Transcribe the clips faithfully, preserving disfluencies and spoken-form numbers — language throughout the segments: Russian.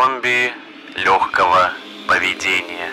Зомби легкого поведения.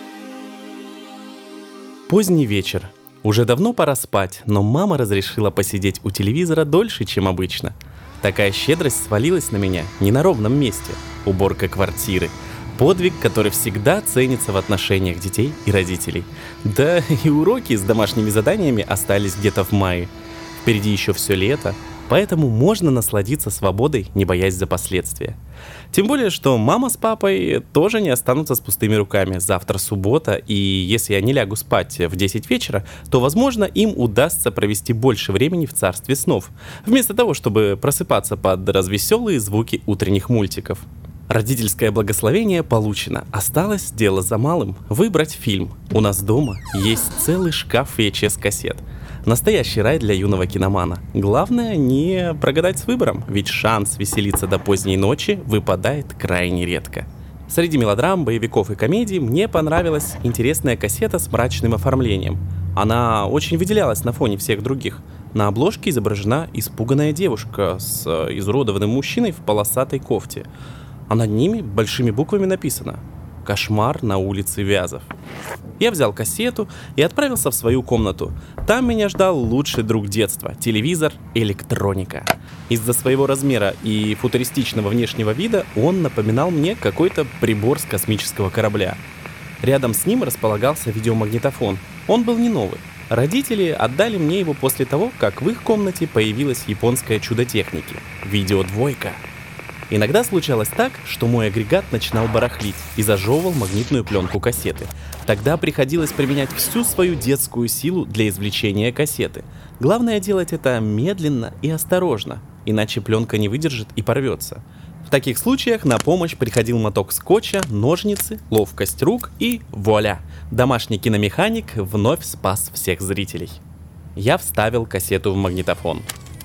Поздний вечер. Уже давно пора спать, но мама разрешила посидеть у телевизора дольше, чем обычно. Такая щедрость свалилась на меня не на ровном месте. Уборка квартиры. Подвиг, который всегда ценится в отношениях детей и родителей. Да и уроки с домашними заданиями остались где-то в мае. Впереди еще все лето, поэтому можно насладиться свободой, не боясь за последствия. Тем более, что мама с папой тоже не останутся с пустыми руками. Завтра суббота, и если я не лягу спать в десять вечера, то, возможно, им удастся провести больше времени в царстве снов, вместо того, чтобы просыпаться под развеселые звуки утренних мультиков. Родительское благословение получено. Осталось дело за малым – выбрать фильм. У нас дома есть целый шкаф ви эйч эс-кассет. Настоящий рай для юного киномана. Главное не прогадать с выбором, ведь шанс веселиться до поздней ночи выпадает крайне редко. Среди мелодрам, боевиков и комедий мне понравилась интересная кассета с мрачным оформлением. Она очень выделялась на фоне всех других. На обложке изображена испуганная девушка с изуродованным мужчиной в полосатой кофте. А над ними большими буквами написано «Кошмар на улице Вязов». Я взял кассету и отправился в свою комнату. Там меня ждал лучший друг детства – телевизор «Электроника». Из-за своего размера и футуристичного внешнего вида он напоминал мне какой-то прибор с космического корабля. Рядом с ним располагался видеомагнитофон. Он был не новый. Родители отдали мне его после того, как в их комнате появилось японское чудо техники – видеодвойка. Иногда случалось так, что мой агрегат начинал барахлить и зажевывал магнитную пленку кассеты. Тогда приходилось применять всю свою детскую силу для извлечения кассеты. Главное делать это медленно и осторожно, иначе пленка не выдержит и порвется. В таких случаях на помощь приходил моток скотча, ножницы, ловкость рук и вуаля! Домашний киномеханик вновь спас всех зрителей. Я вставил кассету в магнитофон.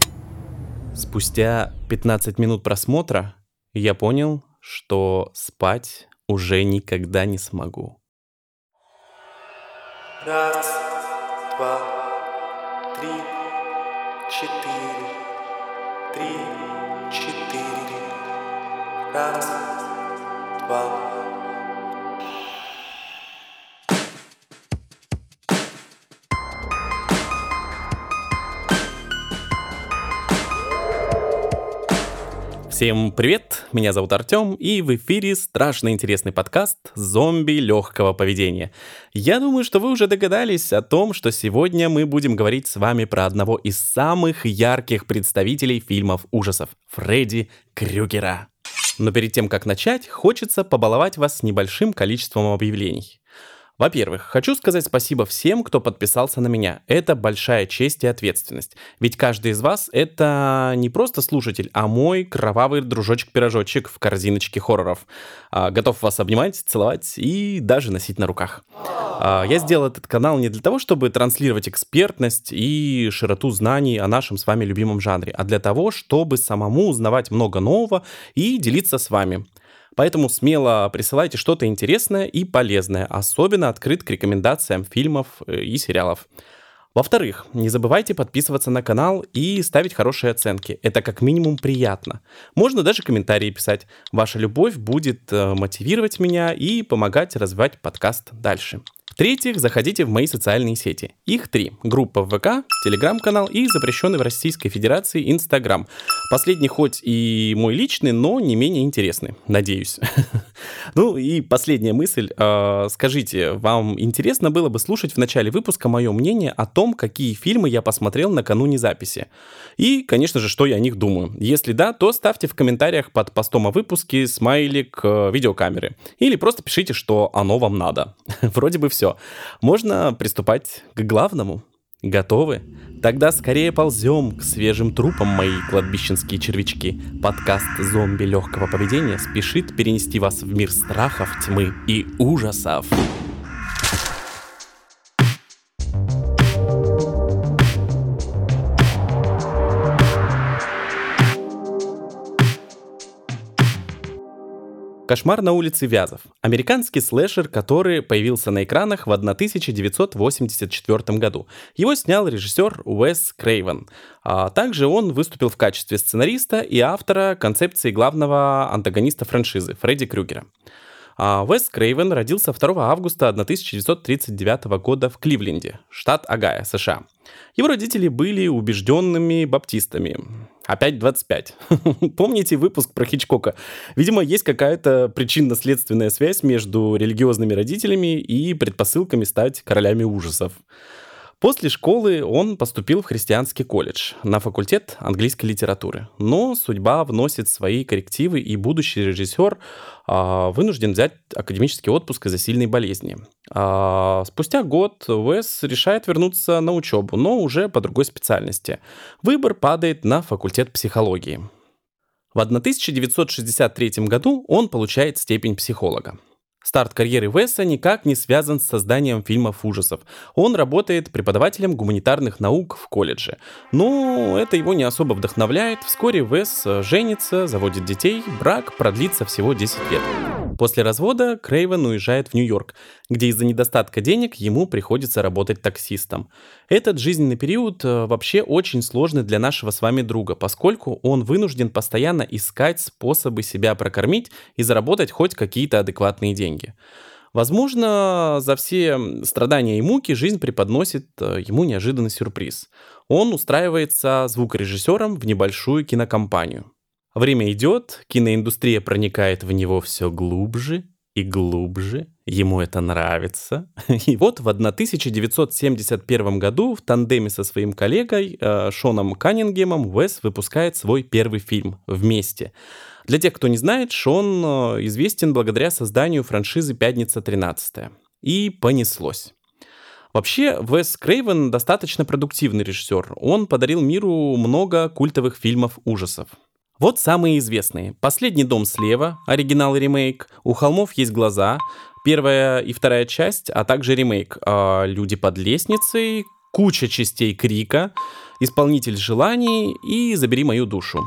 Спустя пятнадцать минут просмотра я понял, что спать уже никогда не смогу. Раз, два, три, четыре, три, четыре. Раз, два. Всем привет, меня зовут Артем, и в эфире страшно интересный подкаст «Зомби легкого поведения». Я думаю, что вы уже догадались о том, что сегодня мы будем говорить с вами про одного из самых ярких представителей фильмов ужасов – Фредди Крюгера. Но перед тем, как начать, хочется побаловать вас небольшим количеством объявлений. Во-первых, хочу сказать спасибо всем, кто подписался на меня. Это большая честь и ответственность. Ведь каждый из вас — это не просто слушатель, а мой кровавый дружочек-пирожочек в корзиночке хорроров. А, готов вас обнимать, целовать и даже носить на руках. А, я сделал этот канал не для того, чтобы транслировать экспертность и широту знаний о нашем с вами любимом жанре, а для того, чтобы самому узнавать много нового и делиться с вами. Поэтому смело присылайте что-то интересное и полезное, особенно открыт к рекомендациям фильмов и сериалов. Во-вторых, не забывайте подписываться на канал и ставить хорошие оценки. Это как минимум приятно. Можно даже комментарии писать. Ваша любовь будет мотивировать меня и помогать развивать подкаст дальше. В-третьих, заходите в мои социальные сети. Их три. Группа в ВК, Телеграм-канал и запрещенный в Российской Федерации Инстаграм. Последний хоть и мой личный, но не менее интересный. Надеюсь. Ну и последняя мысль. Скажите, вам интересно было бы слушать в начале выпуска мое мнение о том, какие фильмы я посмотрел накануне записи? И, конечно же, что я о них думаю. Если да, то ставьте в комментариях под постом о выпуске смайлик видеокамеры. Или просто пишите, что оно вам надо. Вроде бы все. Можно приступать к главному. Готовы? Тогда скорее ползем к свежим трупам, мои кладбищенские червячки. Подкаст «Зомби легкого поведения» спешит перенести вас в мир страхов, тьмы и ужасов. «Кошмар на улице Вязов» — американский слэшер, который появился на экранах в тысяча девятьсот восемьдесят четвёртом году. Его снял режиссер Уэс Крейвен. А также он выступил в качестве сценариста и автора концепции главного антагониста франшизы — Фредди Крюгера. А Уэс Крейвен родился второго августа тысяча девятьсот тридцать девятого года в Кливленде, штат Огайо, США. Его родители были убежденными баптистами. Опять двадцать пять. Помните выпуск про Хичкока? Видимо, есть какая-то причинно-следственная связь между религиозными родителями и предпосылками стать королями ужасов. После школы он поступил в христианский колледж на факультет английской литературы. Но судьба вносит свои коррективы, и будущий режиссер а, вынужден взять академический отпуск из-за сильной болезни. А, спустя год Уэс решает вернуться на учебу, но уже по другой специальности. Выбор падает на факультет психологии. В тысяча девятьсот шестьдесят третьем году он получает степень психолога. Старт карьеры Уэса никак не связан с созданием фильмов ужасов. Он работает преподавателем гуманитарных наук в колледже. Но это его не особо вдохновляет. Вскоре Уэс женится, заводит детей. Брак продлится всего десять лет. После развода Крейвен уезжает в Нью-Йорк, где из-за недостатка денег ему приходится работать таксистом. Этот жизненный период вообще очень сложный для нашего с вами друга, поскольку он вынужден постоянно искать способы себя прокормить и заработать хоть какие-то адекватные деньги. Возможно, за все страдания и муки жизнь преподносит ему неожиданный сюрприз. Он устраивается звукорежиссером в небольшую кинокомпанию. Время идет, киноиндустрия проникает в него все глубже и глубже. Ему это нравится. И вот в тысяча девятьсот семьдесят первом году в тандеме со своим коллегой э, Шоном Каннингемом Уэс выпускает свой первый фильм «Вместе». Для тех, кто не знает, Шон э, известен благодаря созданию франшизы «Пятница тринадцатая». И понеслось. Вообще, Уэс Крейвен достаточно продуктивный режиссер. Он подарил миру много культовых фильмов ужасов. Вот самые известные. «Последний дом слева», оригинал и ремейк, «У холмов есть глаза», первая и вторая часть, а также ремейк «Люди под лестницей», куча частей «Крика», «Исполнитель желаний» и «Забери мою душу».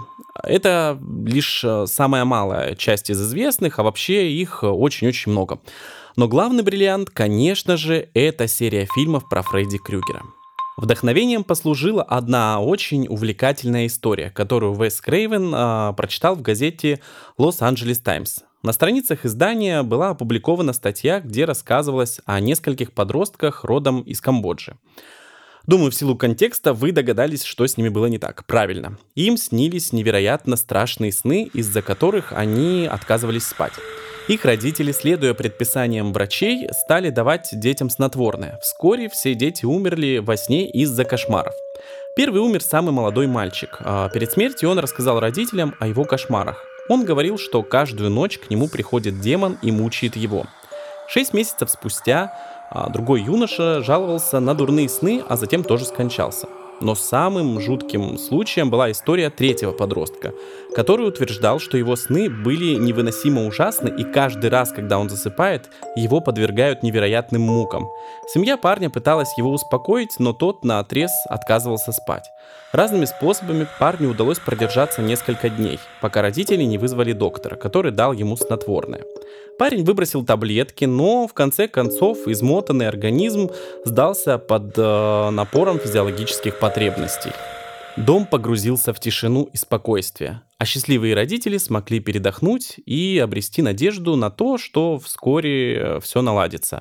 Это лишь самая малая часть из известных, а вообще их очень-очень много. Но главный бриллиант, конечно же, это серия фильмов про Фредди Крюгера. Вдохновением послужила одна очень увлекательная история, которую Уэс Крейвен э, прочитал в газете «Лос-Анджелес Таймс». На страницах издания была опубликована статья, где рассказывалось о нескольких подростках родом из Камбоджи. Думаю, в силу контекста вы догадались, что с ними было не так. Правильно. Им снились невероятно страшные сны, из-за которых они отказывались спать. Их родители, следуя предписаниям врачей, стали давать детям снотворное. Вскоре все дети умерли во сне из-за кошмаров. Первый умер самый молодой мальчик. А перед смертью он рассказал родителям о его кошмарах. Он говорил, что каждую ночь к нему приходит демон и мучает его. Шесть месяцев спустя другой юноша жаловался на дурные сны, а затем тоже скончался. Но самым жутким случаем была история третьего подростка, который утверждал, что его сны были невыносимо ужасны, и каждый раз, когда он засыпает, его подвергают невероятным мукам. Семья парня пыталась его успокоить, но тот наотрез отказывался спать. Разными способами парню удалось продержаться несколько дней, пока родители не вызвали доктора, который дал ему снотворное. Парень выбросил таблетки, но в конце концов измотанный организм сдался под э, напором физиологических потребностей. Дом погрузился в тишину и спокойствие, а счастливые родители смогли передохнуть и обрести надежду на то, что вскоре все наладится.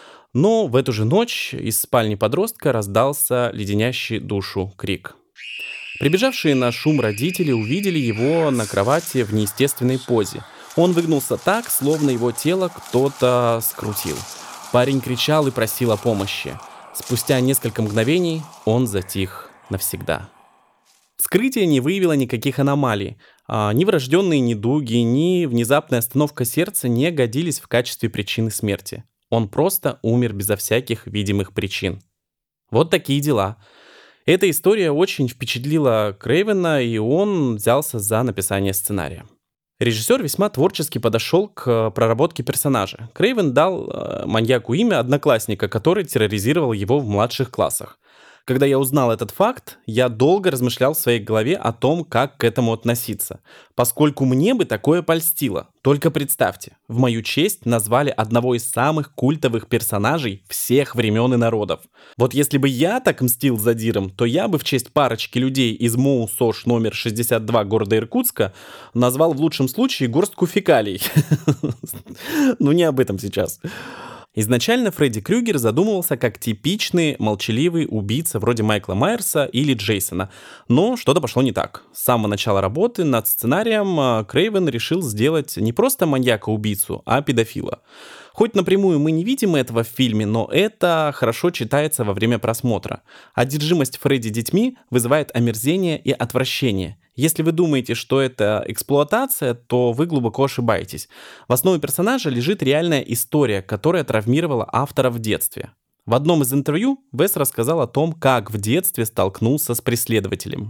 Но в эту же ночь из спальни подростка раздался леденящий душу крик. Прибежавшие на шум родители увидели его на кровати в неестественной позе. Он выгнулся так, словно его тело кто-то скрутил. Парень кричал и просил о помощи. Спустя несколько мгновений он затих навсегда. Вскрытие не выявило никаких аномалий. Ни врожденные недуги, ни внезапная остановка сердца не годились в качестве причины смерти. Он просто умер безо всяких видимых причин. Вот такие дела. Эта история очень впечатлила Крейвена, и он взялся за написание сценария. Режиссер весьма творчески подошел к проработке персонажа. Крейвен дал э, маньяку имя одноклассника, который терроризировал его в младших классах. Когда я узнал этот факт, я долго размышлял в своей голове о том, как к этому относиться, поскольку мне бы такое польстило. Только представьте, в мою честь назвали одного из самых культовых персонажей всех времен и народов. Вот если бы я так мстил задиром, то я бы в честь парочки людей из МОУ СОЖ номер шестьдесят два города Иркутска назвал в лучшем случае горстку фекалий. Ну не об этом сейчас. Изначально Фредди Крюгер задумывался как типичный молчаливый убийца вроде Майкла Майерса или Джейсона, но что-то пошло не так. С самого начала работы над сценарием Крейвен решил сделать не просто маньяка-убийцу, а педофила. Хоть напрямую мы не видим этого в фильме, но это хорошо читается во время просмотра. Одержимость Фредди детьми вызывает омерзение и отвращение. Если вы думаете, что это эксплуатация, то вы глубоко ошибаетесь. В основе персонажа лежит реальная история, которая травмировала автора в детстве. В одном из интервью Вес рассказал о том, как в детстве столкнулся с преследователем.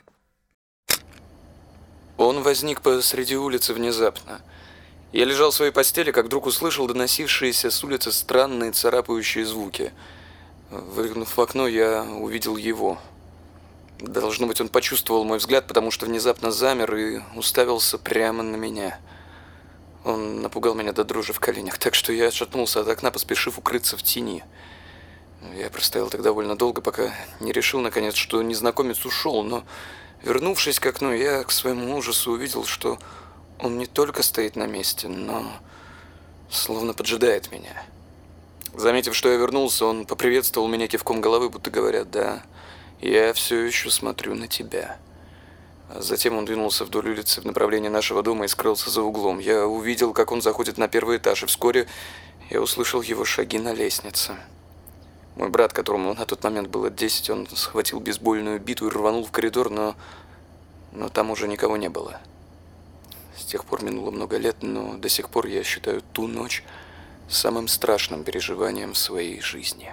Он возник посреди улицы внезапно. Я лежал в своей постели, как вдруг услышал доносившиеся с улицы странные царапающие звуки. Выглянув в окно, я увидел его. Должно быть, он почувствовал мой взгляд, потому что внезапно замер и уставился прямо на меня. Он напугал меня до дрожи в коленях, так что я отшатнулся от окна, поспешив укрыться в тени. Я простоял так довольно долго, пока не решил, наконец, что незнакомец ушел, но, вернувшись к окну, я к своему ужасу увидел, что он не только стоит на месте, но словно поджидает меня. Заметив, что я вернулся, он поприветствовал меня кивком головы, будто говоря: «Да, я все еще смотрю на тебя». А затем он двинулся вдоль улицы в направлении нашего дома и скрылся за углом. Я увидел, как он заходит на первый этаж, и вскоре я услышал его шаги на лестнице. Мой брат, которому на тот момент было десять, он схватил бейсбольную биту и рванул в коридор, но, но там уже никого не было. С тех пор минуло много лет, но до сих пор я считаю ту ночь самым страшным переживанием в своей жизни.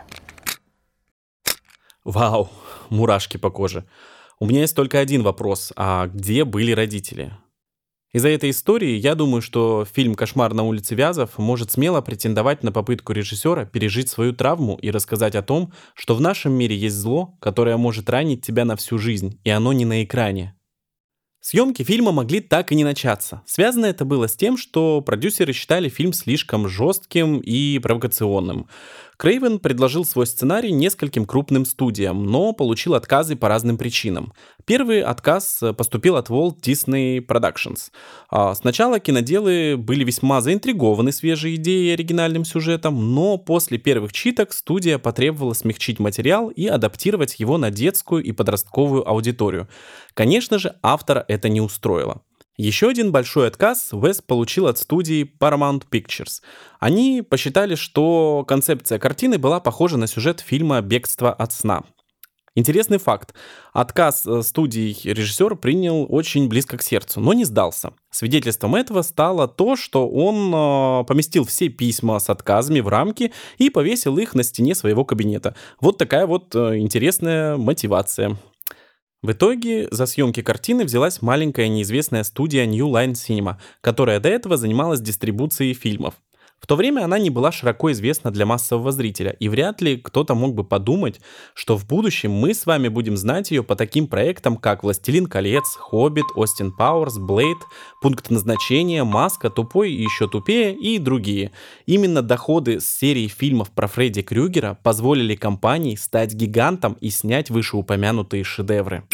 Вау, мурашки по коже. У меня есть только один вопрос: а где были родители? Из-за этой истории я думаю, что фильм «Кошмар на улице Вязов» может смело претендовать на попытку режиссера пережить свою травму и рассказать о том, что в нашем мире есть зло, которое может ранить тебя на всю жизнь, и оно не на экране. Съемки фильма могли так и не начаться. Связано это было с тем, что продюсеры считали фильм слишком жестким и провокационным. Крейвен предложил свой сценарий нескольким крупным студиям, но получил отказы по разным причинам. Первый отказ поступил от Walt Disney Productions. Сначала киноделы были весьма заинтригованы свежей идеей и оригинальным сюжетом, но после первых читок студия потребовала смягчить материал и адаптировать его на детскую и подростковую аудиторию. Конечно же, автора это не устроило. Еще один большой отказ Вес получил от студии Paramount Pictures. Они посчитали, что концепция картины была похожа на сюжет фильма «Бегство от сна». Интересный факт. Отказ студии режиссер принял очень близко к сердцу, но не сдался. Свидетельством этого стало то, что он э, поместил все письма с отказами в рамки и повесил их на стене своего кабинета. Вот такая вот э, интересная мотивация. В итоге за съемки картины взялась маленькая неизвестная студия New Line Cinema, которая до этого занималась дистрибуцией фильмов. В то время она не была широко известна для массового зрителя, и вряд ли кто-то мог бы подумать, что в будущем мы с вами будем знать ее по таким проектам, как «Властелин колец», «Хоббит», «Остин Пауэрс», «Блейд», «Пункт назначения», «Маска», «Тупой и еще тупее» и другие. Именно доходы с серии фильмов про Фредди Крюгера позволили компании стать гигантом и снять вышеупомянутые шедевры.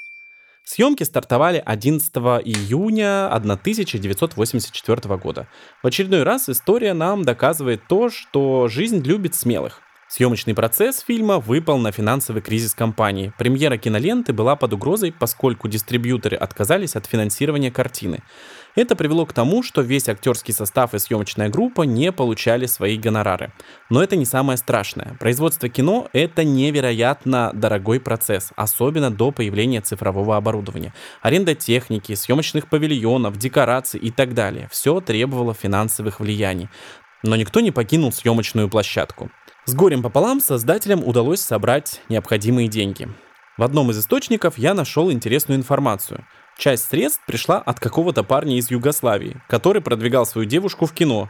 Съемки стартовали одиннадцатого июня тысяча девятьсот восемьдесят четвёртого года. В очередной раз история нам доказывает то, что жизнь любит смелых. Съемочный процесс фильма выпал на финансовый кризис компании. Премьера киноленты была под угрозой, поскольку дистрибьюторы отказались от финансирования картины. Это привело к тому, что весь актерский состав и съемочная группа не получали свои гонорары. Но это не самое страшное. Производство кино — это невероятно дорогой процесс, особенно до появления цифрового оборудования. Аренда техники, съемочных павильонов, декораций и так далее. Все требовало финансовых влияний. Но никто не покинул съемочную площадку. С горем пополам создателям удалось собрать необходимые деньги. В одном из источников я нашел интересную информацию. Часть средств пришла от какого-то парня из Югославии, который продвигал свою девушку в кино.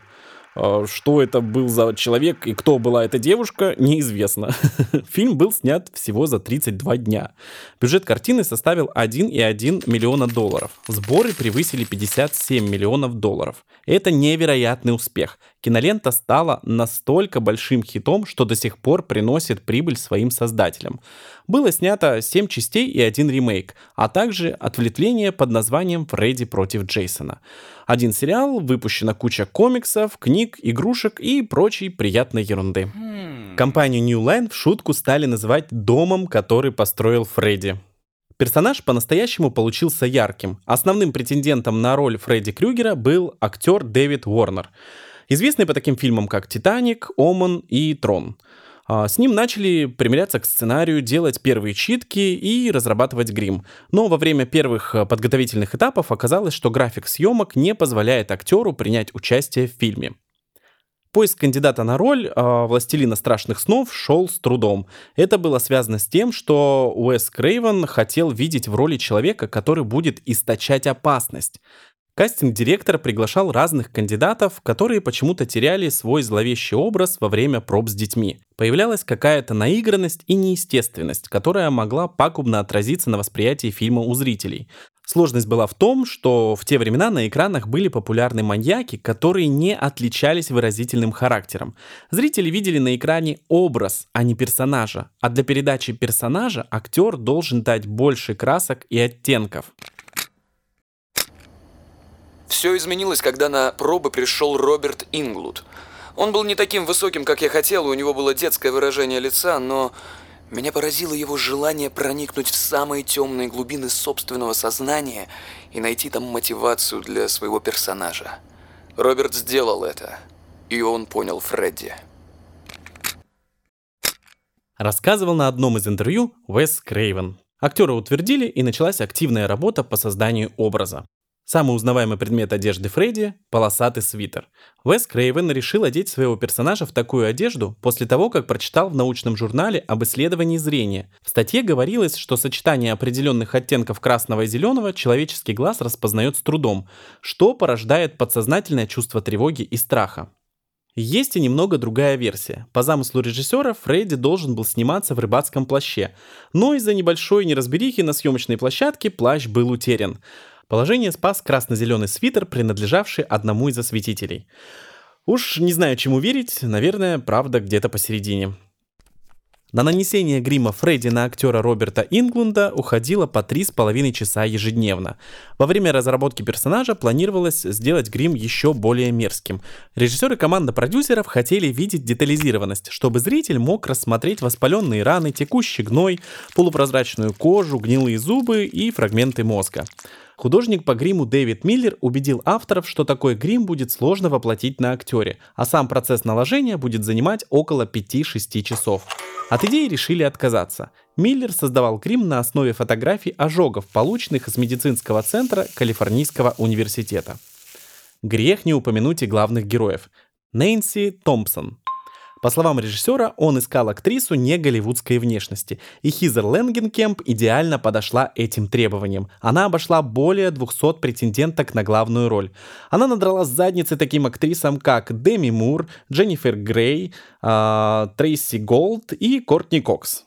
Что это был за человек и кто была эта девушка, неизвестно. Фильм был снят всего за тридцать два дня. Бюджет картины составил один и один миллиона долларов. Сборы превысили пятьдесят семь миллионов долларов. Это невероятный успех. Кинолента стала настолько большим хитом, что до сих пор приносит прибыль своим создателям. Было снято семь частей и один ремейк, а также ответвление под названием «Фредди против Джейсона». Один сериал, выпущена куча комиксов, книг, игрушек и прочей приятной ерунды. Компанию New Line в шутку стали называть «домом, который построил Фредди». Персонаж по-настоящему получился ярким. Основным претендентом на роль Фредди Крюгера был актер Дэвид Уорнер, известный по таким фильмам, как «Титаник», «Омен» и «Трон». С ним начали примиряться к сценарию, делать первые читки и разрабатывать грим. Но во время первых подготовительных этапов оказалось, что график съемок не позволяет актеру принять участие в фильме. Поиск кандидата на роль э, «Властелина страшных снов» шел с трудом. Это было связано с тем, что Уэс Крейвен хотел видеть в роли человека, который будет источать опасность. Кастинг-директор приглашал разных кандидатов, которые почему-то теряли свой зловещий образ во время проб с детьми. Появлялась какая-то наигранность и неестественность, которая могла пагубно отразиться на восприятии фильма у зрителей. Сложность была в том, что в те времена на экранах были популярны маньяки, которые не отличались выразительным характером. Зрители видели на экране образ, а не персонажа, а для передачи персонажа актер должен дать больше красок и оттенков. Все изменилось, когда на пробы пришел Роберт Инглуд. Он был не таким высоким, как я хотел, и у него было детское выражение лица, но меня поразило его желание проникнуть в самые темные глубины собственного сознания и найти там мотивацию для своего персонажа. Роберт сделал это, и он понял Фредди. Рассказывал на одном из интервью Уэс Крейвен. Актера утвердили, и началась активная работа по созданию образа. Самый узнаваемый предмет одежды Фредди – полосатый свитер. Уэс Крейвен решил одеть своего персонажа в такую одежду после того, как прочитал в научном журнале об исследовании зрения. В статье говорилось, что сочетание определенных оттенков красного и зеленого человеческий глаз распознает с трудом, что порождает подсознательное чувство тревоги и страха. Есть и немного другая версия. По замыслу режиссера Фредди должен был сниматься в рыбацком плаще, но из-за небольшой неразберихи на съемочной площадке плащ был утерян. Положение спас красно-зеленый свитер, принадлежавший одному из осветителей. Уж не знаю, чему верить, наверное, правда где-то посередине. На нанесение грима Фредди на актера Роберта Инглунда уходило по три с половиной часа ежедневно. Во время разработки персонажа планировалось сделать грим еще более мерзким. Режиссер и команда продюсеров хотели видеть детализированность, чтобы зритель мог рассмотреть воспаленные раны, текущий гной, полупрозрачную кожу, гнилые зубы и фрагменты мозга. Художник по гриму Дэвид Миллер убедил авторов, что такой грим будет сложно воплотить на актере, а сам процесс наложения будет занимать около пяти-шести часов. От идеи решили отказаться. Миллер создавал грим на основе фотографий ожогов, полученных из медицинского центра Калифорнийского университета. Грех не упомянуть и главных героев. Нэнси Томпсон. По словам режиссера, он искал актрису не голливудской внешности, и Хизер Ленгенкемп идеально подошла этим требованиям. Она обошла более двухсот претенденток на главную роль. Она надрала с задницы таким актрисам, как Деми Мур, Дженнифер Грей, э, Трейси Голд и Кортни Кокс.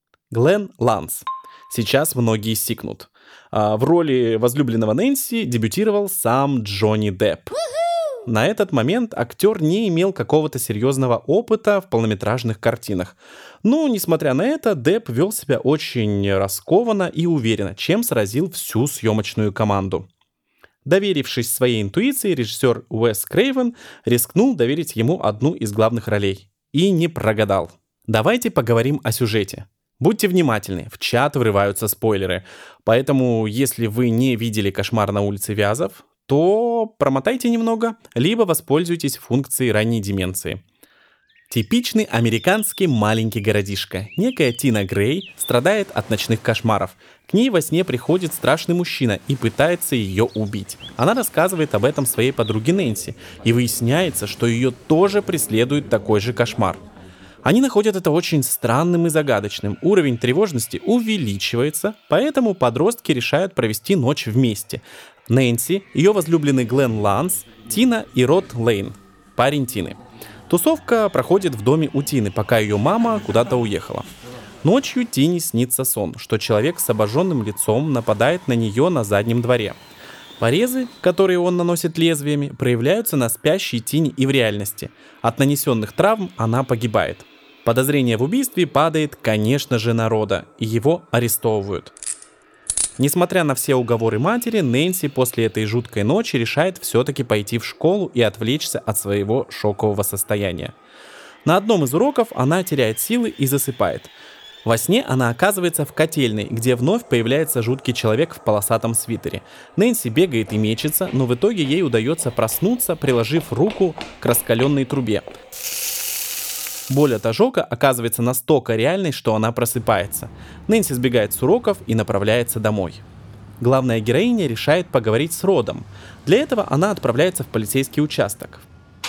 Глен Ланс. Сейчас многие сикнут. Э, в роли возлюбленного Нэнси дебютировал сам Джонни Депп. На этот момент актер не имел какого-то серьезного опыта в полнометражных картинах. Но, несмотря на это, Депп вел себя очень раскованно и уверенно, чем сразил всю съемочную команду. Доверившись своей интуиции, режиссер Уэс Крейвен рискнул доверить ему одну из главных ролей. И не прогадал. Давайте поговорим о сюжете. Будьте внимательны, в чат врываются спойлеры. Поэтому, если вы не видели «Кошмар на улице Вязов», то промотайте немного, либо воспользуйтесь функцией ранней деменции. Типичный американский маленький городишко. Некая Тина Грей страдает от ночных кошмаров. К ней во сне приходит страшный мужчина и пытается ее убить. Она рассказывает об этом своей подруге Нэнси, и выясняется, что ее тоже преследует такой же кошмар. Они находят это очень странным и загадочным. Уровень тревожности увеличивается, поэтому подростки решают провести ночь вместе. Нэнси, ее возлюбленный Глен Ланс, Тина и Род Лейн. парень Тины. Тусовка проходит в доме у Тины, пока ее мама куда-то уехала. Ночью Тине снится сон, что человек с обожженным лицом нападает на нее на заднем дворе. Порезы, которые он наносит лезвиями, проявляются на спящей Тине и в реальности. От нанесенных травм она погибает. Подозрение в убийстве падает, конечно же, на Рода, и его арестовывают. Несмотря на все уговоры матери, Нэнси после этой жуткой ночи решает все-таки пойти в школу и отвлечься от своего шокового состояния. На одном из уроков она теряет силы и засыпает. Во сне она оказывается в котельной, где вновь появляется жуткий человек в полосатом свитере. Нэнси бегает и мечется, но в итоге ей удается проснуться, приложив руку к раскаленной трубе. Боль от ожога оказывается настолько реальной, что она просыпается. Нэнси сбегает с уроков и направляется домой. Главная героиня решает поговорить с Родом. Для этого она отправляется в полицейский участок.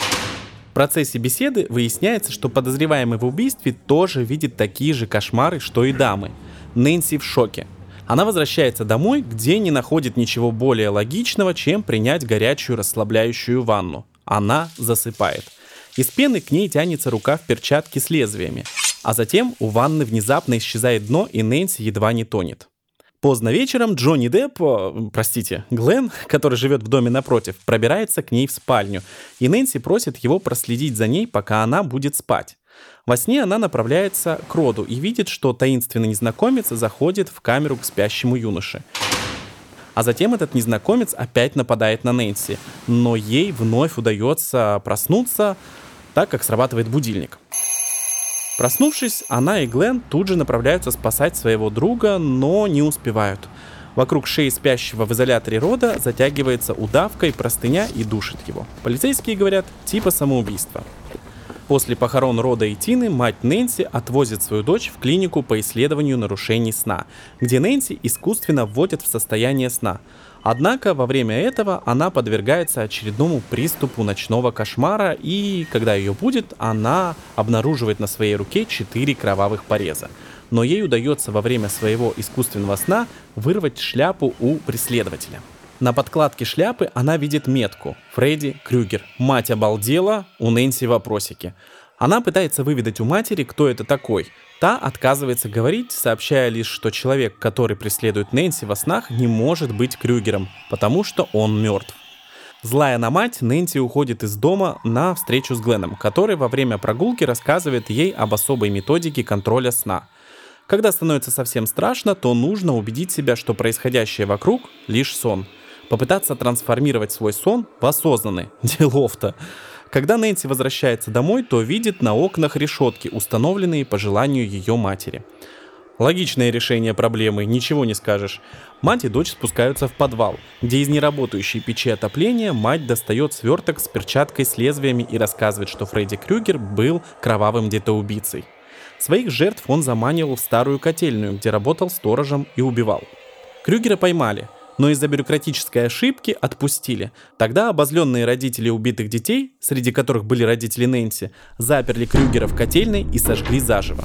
В процессе беседы выясняется, что подозреваемый в убийстве тоже видит такие же кошмары, что и дамы. Нэнси в шоке. Она возвращается домой, где не находит ничего более логичного, чем принять горячую расслабляющую ванну. Она засыпает. Из пены к ней тянется рука в перчатке с лезвиями. А затем у ванны внезапно исчезает дно, и Нэнси едва не тонет. Поздно вечером Джонни Депп, э, простите, Глен, который живет в доме напротив, пробирается к ней в спальню, и Нэнси просит его проследить за ней, пока она будет спать. Во сне она направляется к Роду и видит, что таинственный незнакомец заходит в камеру к спящему юноше. А затем этот незнакомец опять нападает на Нэнси, но ей вновь удается проснуться, так как срабатывает будильник. Проснувшись, она и Глен тут же направляются спасать своего друга, но не успевают. Вокруг шеи спящего в изоляторе Рода затягивается удавкой простыня и душит его. Полицейские говорят, типа самоубийства. После похорон Рода и Тины мать Нэнси отвозит свою дочь в клинику по исследованию нарушений сна, где Нэнси искусственно вводят в состояние сна. Однако во время этого она подвергается очередному приступу ночного кошмара, и когда ее будет, она обнаруживает на своей руке четыре кровавых пореза. Но ей удается во время своего искусственного сна вырвать шляпу у преследователя. На подкладке шляпы она видит метку «Фредди Крюгер». Мать обалдела, у Нэнси вопросики. Она пытается выведать у матери, кто это такой. Та отказывается говорить, сообщая лишь, что человек, который преследует Нэнси во снах, не может быть Крюгером, потому что он мертв. Злая на мать, Нэнси уходит из дома на встречу с Гленом, который во время прогулки рассказывает ей об особой методике контроля сна. Когда становится совсем страшно, то нужно убедить себя, что происходящее вокруг — лишь сон. Попытаться трансформировать свой сон в осознанный. Делов-то. Когда Нэнси возвращается домой, то видит на окнах решетки, установленные по желанию ее матери. Логичное решение проблемы, ничего не скажешь. Мать и дочь спускаются в подвал, где из неработающей печи отопления мать достает сверток с перчаткой с лезвиями и рассказывает, что Фредди Крюгер был кровавым детоубийцей. Своих жертв он заманивал в старую котельную, где работал сторожем и убивал. Крюгера поймали, но из-за бюрократической ошибки отпустили. Тогда обозленные родители убитых детей, среди которых были родители Нэнси, заперли Крюгера в котельной и сожгли заживо.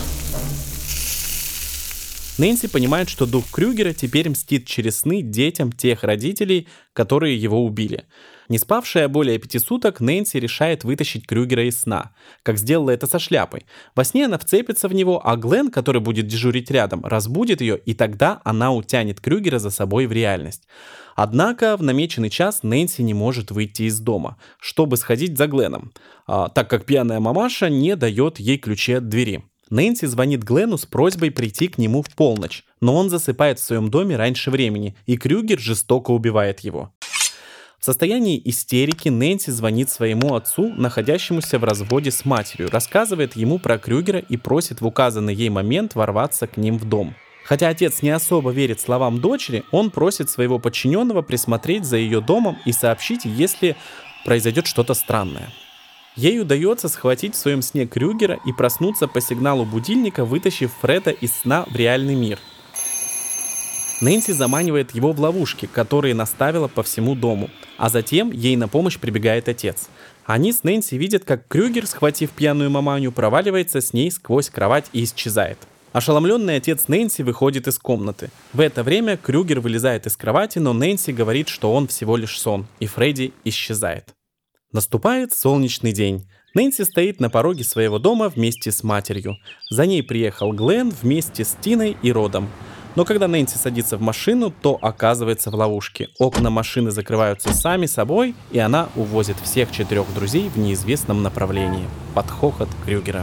Нэнси понимает, что дух Крюгера теперь мстит через сны детям тех родителей, которые его убили. Не спавшая более пяти суток, Нэнси решает вытащить Крюгера из сна, как сделала это со шляпой. Во сне она вцепится в него, а Глен, который будет дежурить рядом, разбудит ее, и тогда она утянет Крюгера за собой в реальность. Однако в намеченный час Нэнси не может выйти из дома, чтобы сходить за Гленом, а, так как пьяная мамаша не дает ей ключи от двери. Нэнси звонит Глену с просьбой прийти к нему в полночь, но он засыпает в своем доме раньше времени, и Крюгер жестоко убивает его. В состоянии истерики Нэнси звонит своему отцу, находящемуся в разводе с матерью, рассказывает ему про Крюгера и просит в указанный ей момент ворваться к ним в дом. Хотя отец не особо верит словам дочери, он просит своего подчиненного присмотреть за ее домом и сообщить, если произойдет что-то странное. Ей удается схватить в своем сне Крюгера и проснуться по сигналу будильника, вытащив Фреда из сна в реальный мир. Нэнси заманивает его в ловушки, которые наставила по всему дому, а затем ей на помощь прибегает отец. Они с Нэнси видят, как Крюгер, схватив пьяную маманю, проваливается с ней сквозь кровать и исчезает. Ошеломленный отец Нэнси выходит из комнаты. В это время Крюгер вылезает из кровати, но Нэнси говорит, что он всего лишь сон, и Фредди исчезает. Наступает солнечный день. Нэнси стоит на пороге своего дома вместе с матерью. За ней приехал Глен вместе с Тиной и Родом. Но когда Нэнси садится в машину, то оказывается в ловушке. Окна машины закрываются сами собой, и она увозит всех четырех друзей в неизвестном направлении. Под хохот Крюгера.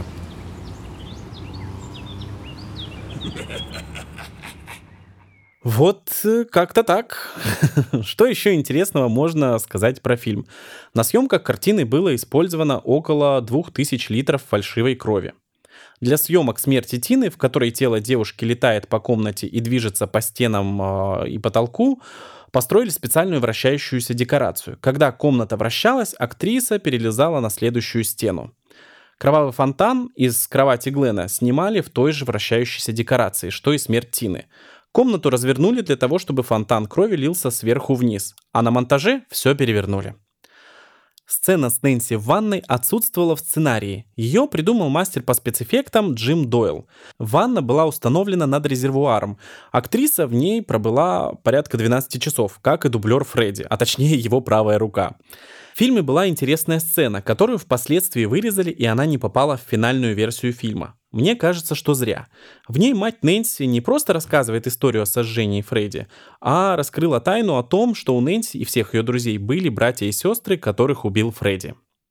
Вот как-то так. Что еще интересного можно сказать про фильм? На съемках картины было использовано около двух тысяч литров фальшивой крови. Для съемок «Смерти Тины», в которой тело девушки летает по комнате и движется по стенам э, и потолку, построили специальную вращающуюся декорацию. Когда комната вращалась, актриса перелезала на следующую стену. Кровавый фонтан из кровати Глена снимали в той же вращающейся декорации, что и «Смерть Тины». Комнату развернули для того, чтобы фонтан крови лился сверху вниз, а на монтаже все перевернули. Сцена с Нэнси в ванной отсутствовала в сценарии. Ее придумал мастер по спецэффектам Джим Дойл. Ванна была установлена над резервуаром. Актриса в ней пробыла порядка двенадцать часов, как и дублер Фредди, а точнее его правая рука. В фильме была интересная сцена, которую впоследствии вырезали, и она не попала в финальную версию фильма. Мне кажется, что зря. В ней мать Нэнси не просто рассказывает историю о сожжении Фредди, а раскрыла тайну о том, что у Нэнси и всех ее друзей были братья и сестры, которых убил Фредди.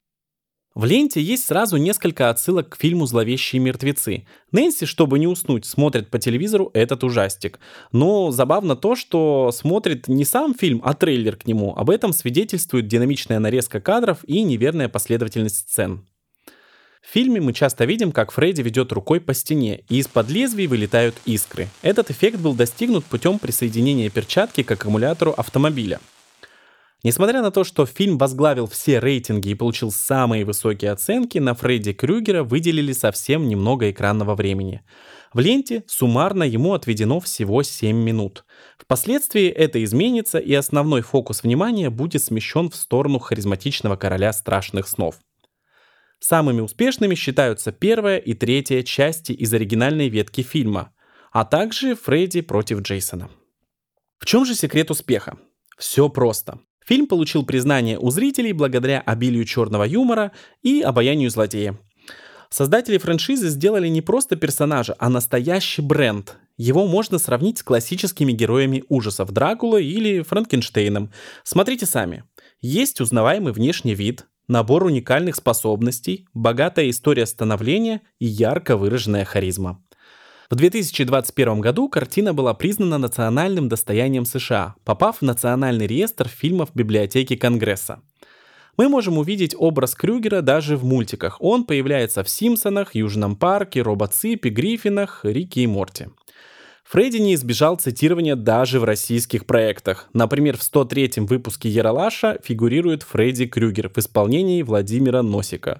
В ленте есть сразу несколько отсылок к фильму «Зловещие мертвецы». Нэнси, чтобы не уснуть, смотрит по телевизору этот ужастик. Но забавно то, что смотрит не сам фильм, а трейлер к нему. Об этом свидетельствует динамичная нарезка кадров и неверная последовательность сцен. В фильме мы часто видим, как Фредди ведет рукой по стене, и из-под лезвий вылетают искры. Этот эффект был достигнут путем присоединения перчатки к аккумулятору автомобиля. Несмотря на то, что фильм возглавил все рейтинги и получил самые высокие оценки, на Фредди Крюгера выделили совсем немного экранного времени. В ленте суммарно ему отведено всего семь минут. Впоследствии это изменится, и основной фокус внимания будет смещен в сторону харизматичного короля страшных снов. Самыми успешными считаются первая и третья части из оригинальной ветки фильма, а также Фредди против Джейсона. В чем же секрет успеха? Все просто. Фильм получил признание у зрителей благодаря обилию черного юмора и обаянию злодея. Создатели франшизы сделали не просто персонажа, а настоящий бренд. Его можно сравнить с классическими героями ужасов Дракула или Франкенштейном. Смотрите сами. Есть узнаваемый внешний вид, набор уникальных способностей, богатая история становления и ярко выраженная харизма. В две тысячи двадцать первом году картина была признана национальным достоянием США, попав в Национальный реестр фильмов библиотеки Конгресса. Мы можем увидеть образ Крюгера даже в мультиках. Он появляется в «Симпсонах», «Южном парке», «Робоципе», «Гриффинах», «Рике и Морти». Фредди не избежал цитирования даже в российских проектах. Например, в сто третьем выпуске «Ералаша» фигурирует Фредди Крюгер в исполнении Владимира Носика.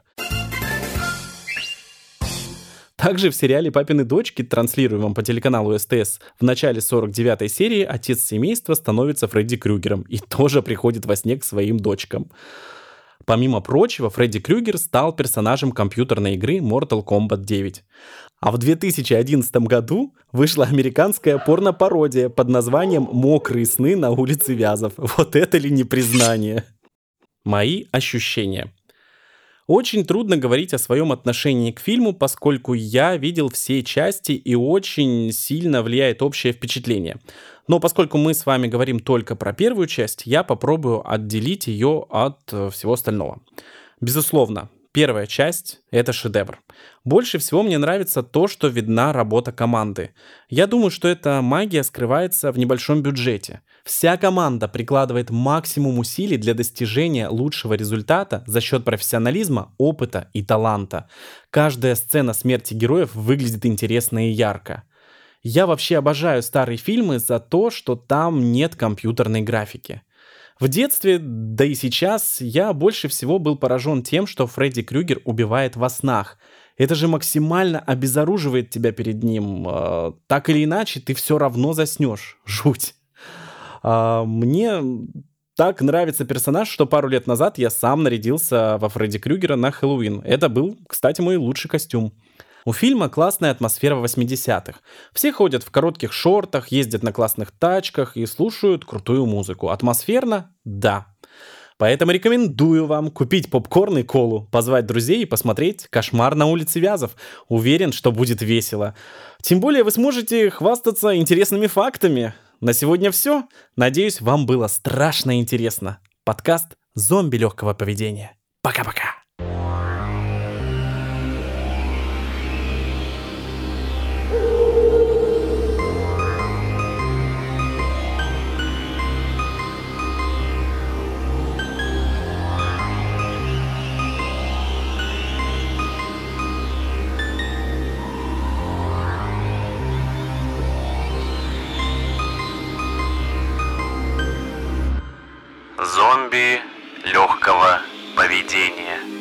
Также в сериале «Папины дочки», транслируемом по телеканалу СТС, в начале сорок девятой серии отец семейства становится Фредди Крюгером и тоже приходит во сне к своим дочкам. Помимо прочего, Фредди Крюгер стал персонажем компьютерной игры Mortal Kombat девять. А в две тысячи одиннадцатом году вышла американская порно-пародия под названием «Мокрые сны на улице Вязов». Вот это ли не признание? Мои ощущения. Очень трудно говорить о своем отношении к фильму, поскольку я видел все части и очень сильно влияет общее впечатление. Но поскольку мы с вами говорим только про первую часть, я попробую отделить ее от всего остального. Безусловно, первая часть — это шедевр. Больше всего мне нравится то, что видна работа команды. Я думаю, что эта магия скрывается в небольшом бюджете. Вся команда прикладывает максимум усилий для достижения лучшего результата за счет профессионализма, опыта и таланта. Каждая сцена смерти героев выглядит интересно и ярко. Я вообще обожаю старые фильмы за то, что там нет компьютерной графики. В детстве, да и сейчас, я больше всего был поражен тем, что Фредди Крюгер убивает во снах. Это же максимально обезоруживает тебя перед ним. Так или иначе, ты все равно заснешь. Жуть. Мне так нравится персонаж, что пару лет назад я сам нарядился во Фредди Крюгера на Хэллоуин. Это был, кстати, мой лучший костюм. У фильма классная атмосфера восьмидесятых. Все ходят в коротких шортах, ездят на классных тачках и слушают крутую музыку. Атмосферно? Да. Поэтому рекомендую вам купить попкорн и колу, позвать друзей и посмотреть «Кошмар на улице Вязов». Уверен, что будет весело. Тем более вы сможете хвастаться интересными фактами. На сегодня все. Надеюсь, вам было страшно интересно. Подкаст «Зомби легкого поведения». Пока-пока. Зомби легкого поведения.